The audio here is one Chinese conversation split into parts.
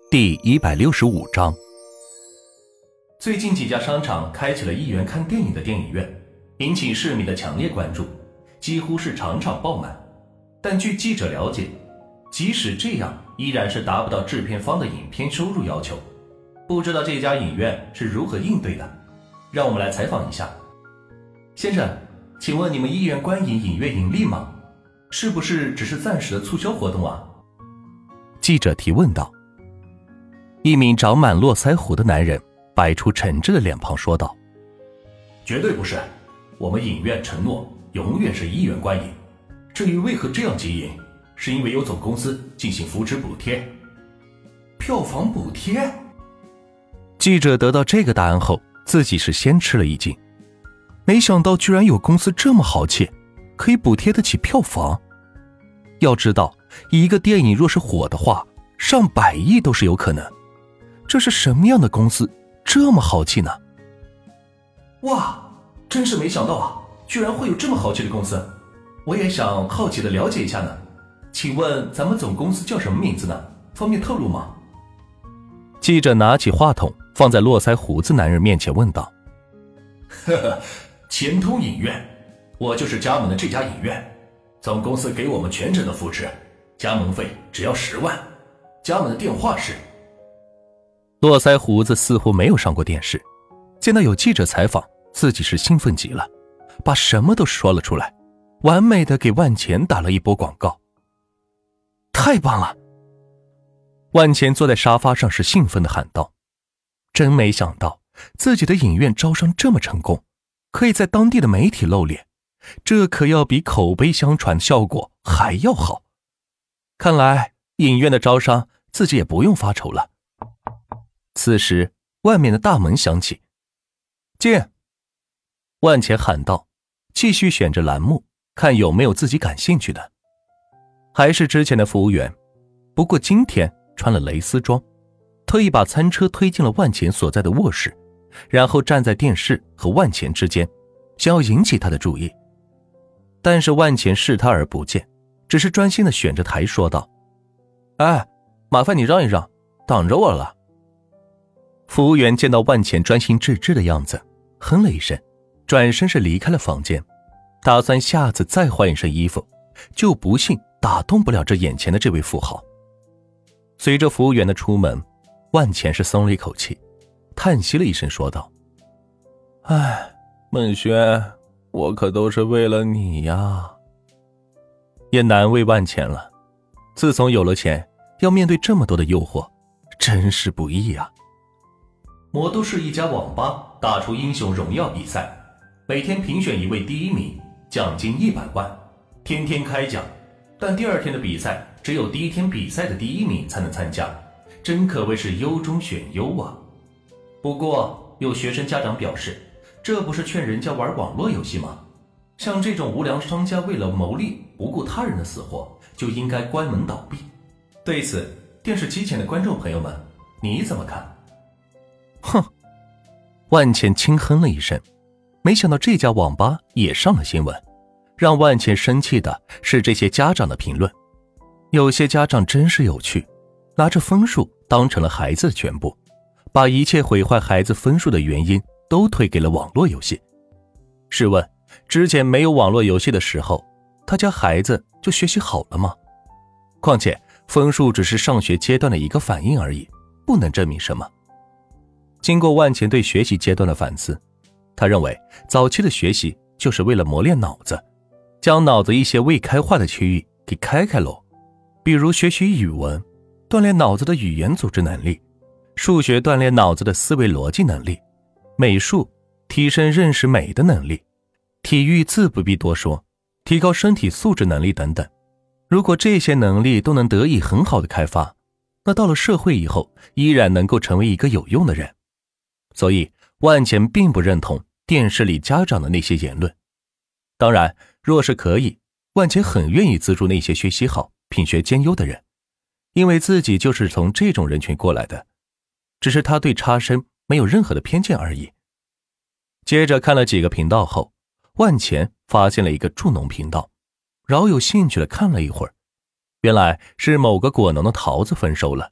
第165章。 最近几家商场开启了1元看电影的电影院，引起市民的强烈关注，几乎是场场爆满。但据记者了解，即使这样依然是达不到制片方的影片收入要求。不知道这家影院是如何应对的，让我们来采访一下。先生，请问你们1元观影影院盈利吗？是不是只是暂时的促销活动啊？ 记者提问道。一名长满络腮胡的男人摆出诚挚的脸庞说道： 绝对不是，我们影院承诺永远是1元观影。至于为何这样经营，是因为有总公司进行扶持补贴。票房补贴？ 记者得到这个答案后，自己是先吃了一惊，没想到居然有公司这么豪气，可以补贴得起票房。要知道，一个电影若是火的话，上百亿都是有可能。这是什么样的公司这么豪气呢？ 哇，真是没想到啊，居然会有这么豪气的公司。我也想好奇的了解一下呢，请问咱们总公司叫什么名字呢？方便透露吗？ 记者拿起话筒放在络腮胡子男人面前问道。 呵呵，钱通影院，我就是加盟的这家影院，总公司给我们全程的扶持，加盟费只要10万，加盟的电话是…… 络腮胡子似乎没有上过电视，见到有记者采访，自己是兴奋极了，把什么都说了出来，完美的给万钱打了一波广告。太棒了！万钱坐在沙发上是兴奋地喊道，真没想到自己的影院招商这么成功，可以在当地的媒体露脸，这可要比口碑相传效果还要好。看来影院的招商自己也不用发愁了。此时外面的大门响起，进！万钱喊道，继续选着栏目，看有没有自己感兴趣的。还是之前的服务员，不过今天穿了蕾丝装，特意把餐车推进了万钱所在的卧室，然后站在电视和万钱之间，想要引起他的注意。但是万钱视他而不见，只是专心地选着台说道：哎，麻烦你让一让，挡着我了。服务员见到万钱专心致志的样子，哼了一声，转身是离开了房间，打算下次再换一身衣服，就不信打动不了这眼前的这位富豪。随着服务员的出门，万钱是松了一口气，叹息了一声说道：哎，孟轩，我可都是为了你呀。也难为万钱了，自从有了钱，要面对这么多的诱惑，真是不易啊。 魔都是一家网吧打出英雄荣耀比赛，每天评选一位第1名，奖金100万，天天开奖。但第2天的比赛只有第1天比赛的第1名才能参加，真可谓是优中选优啊。不过有学生家长表示，这不是劝人家玩网络游戏吗？像这种无良商家为了牟利不顾他人的死活，就应该关门倒闭。对此，电视机前的观众朋友们，你怎么看？ 哼！万钱轻哼了一声，没想到这家网吧也上了新闻。让万钱生气的是这些家长的评论，有些家长真是有趣，拿着分数当成了孩子的全部，把一切毁坏孩子分数的原因都推给了网络游戏。试问，之前没有网络游戏的时候，他家孩子就学习好了吗？况且分数只是上学阶段的一个反应而已，不能证明什么。经过万钱对学习阶段的反思，他认为早期的学习就是为了磨练脑子，将脑子一些未开化的区域给开喽。比如学习语文，锻炼脑子的语言组织能力；数学锻炼脑子的思维逻辑能力；美术提升认识美的能力；体育自不必多说，提高身体素质能力等等。如果这些能力都能得以很好的开发，那到了社会以后依然能够成为一个有用的人。所以万钱并不认同电视里家长的那些言论。当然，若是可以，万钱很愿意资助那些学习好、品学兼优的人，因为自己就是从这种人群过来的，只是他对差生没有任何的偏见而已。接着看了几个频道后，万钱发现了一个助农频道，饶有兴趣地看了一会儿，原来是某个果农的桃子丰收了，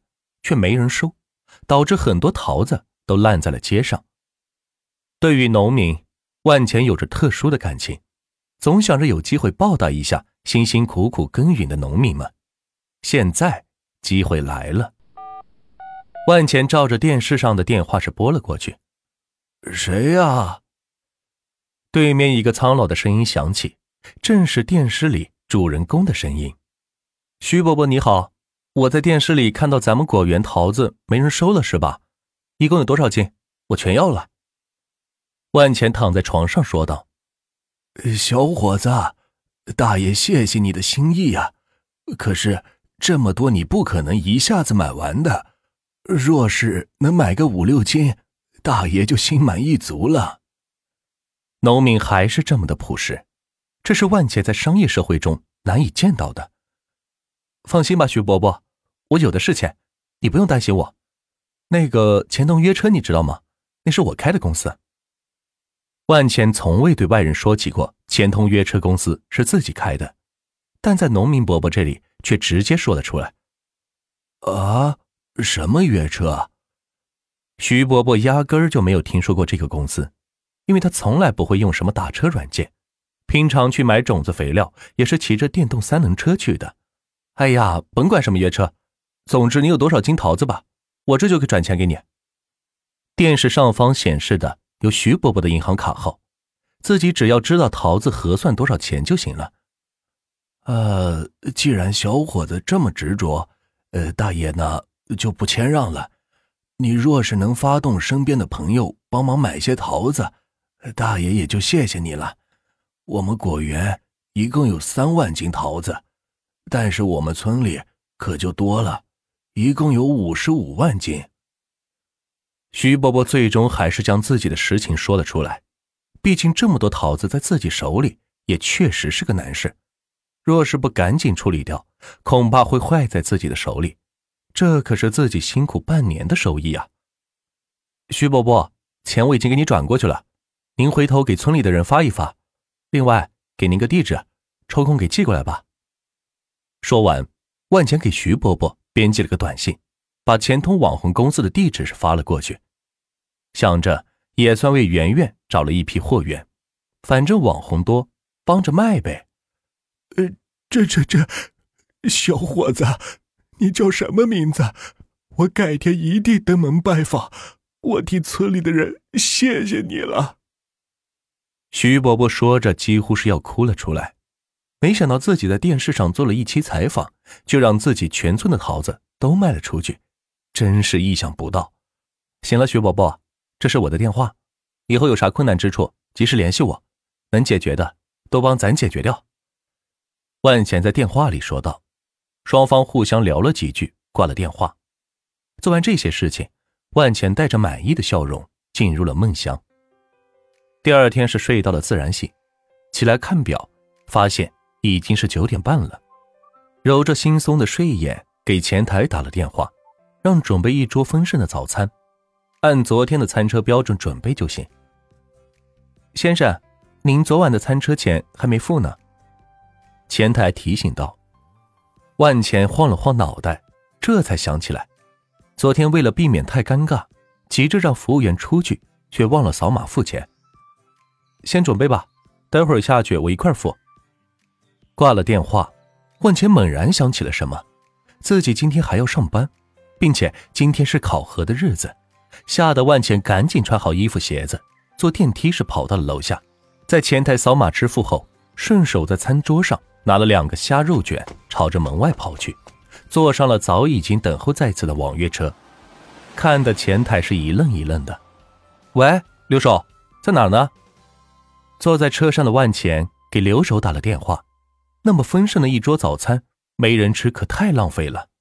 却没人收，导致很多桃子都烂在了街上。对于农民，万钱有着特殊的感情，总想着有机会报答一下辛辛苦苦耕耘的农民们。现在机会来了，万钱照着电视上的电话是拨了过去。谁呀？对面一个苍老的声音响起，正是电视里主人公的声音。徐伯伯你好，我在电视里看到咱们果园桃子没人收了是吧？一共有多少斤？我全要了。万钱躺在床上说道。小伙子，大爷谢谢你的心意啊，可是这么多你不可能一下子买完的，若是能买个5、6斤，大爷就心满意足了。农民还是这么的朴实，这是万钱在商业社会中难以见到的。放心吧，徐伯伯，我有的是钱，你不用担心我。那个钱通约车你知道吗？那是我开的公司。万钱从未对外人说起过钱通约车公司是自己开的，但在农民伯伯这里却直接说了出来。啊，什么约车？徐伯伯压根儿就没有听说过这个公司，因为他从来不会用什么打车软件，平常去买种子肥料也是骑着电动3轮车去的。哎呀，甭管什么约车，总之你有多少斤桃子吧，我这就可以转钱给你。电视上方显示的有徐伯伯的银行卡号，自己只要知道桃子核算多少钱就行了。既然小伙子这么执着，大爷呢就不谦让了。你若是能发动身边的朋友帮忙买些桃子，大爷也就谢谢你了。我们果园一共有3万斤桃子，但是我们村里可就多了，一共有55万斤。徐伯伯最终还是将自己的实情说了出来，毕竟这么多桃子在自己手里也确实是个难事，若是不赶紧处理掉，恐怕会坏在自己的手里，这可是自己辛苦半年的收益啊。徐伯伯，钱我已经给你转过去了，您回头给村里的人发一发，另外给您个地址，抽空给寄过来吧。说完，万钱给徐伯伯编辑了个短信，把钱通网红公司的地址是发了过去，想着也算为圆圆找了一批货源，反正网红多，帮着卖呗。 小伙子，你叫什么名字？我改天一定登门拜访，我替村里的人谢谢你了。 徐伯伯说着几乎是要哭了出来，没想到自己在电视上做了一期采访，就让自己全村的桃子都卖了出去，真是意想不到。行了，徐伯伯，这是我的电话，以后有啥困难之处及时联系我，能解决的都帮咱解决掉。万钱在电话里说道，双方互相聊了几句，挂了电话。做完这些事情，万钱带着满意的笑容进入了梦乡。第二天是睡到了自然醒，起来看表，发现已经是9点半了，揉着惺忪的睡眼给前台打了电话，让准备一桌丰盛的早餐，按昨天的餐车标准准备就行。先生，您昨晚的餐车钱还没付呢。前台提醒道。万钱晃了晃脑袋，这才想起来，昨天为了避免太尴尬，急着让服务员出去，却忘了扫码付钱。先准备吧，待会儿下去我一块付。挂了电话，万钱猛然想起了什么，自己今天还要上班，并且今天是考核的日子，吓得万钱赶紧穿好衣服鞋子，坐电梯是跑到了楼下，在前台扫码支付后，顺手在餐桌上拿了2个虾肉卷，朝着门外跑去，坐上了早已经等候在此的网约车。看得前台是一愣一愣的。喂，刘守，在哪儿呢？坐在车上的万钱给刘守打了电话，那么丰盛的一桌早餐，没人吃可太浪费了。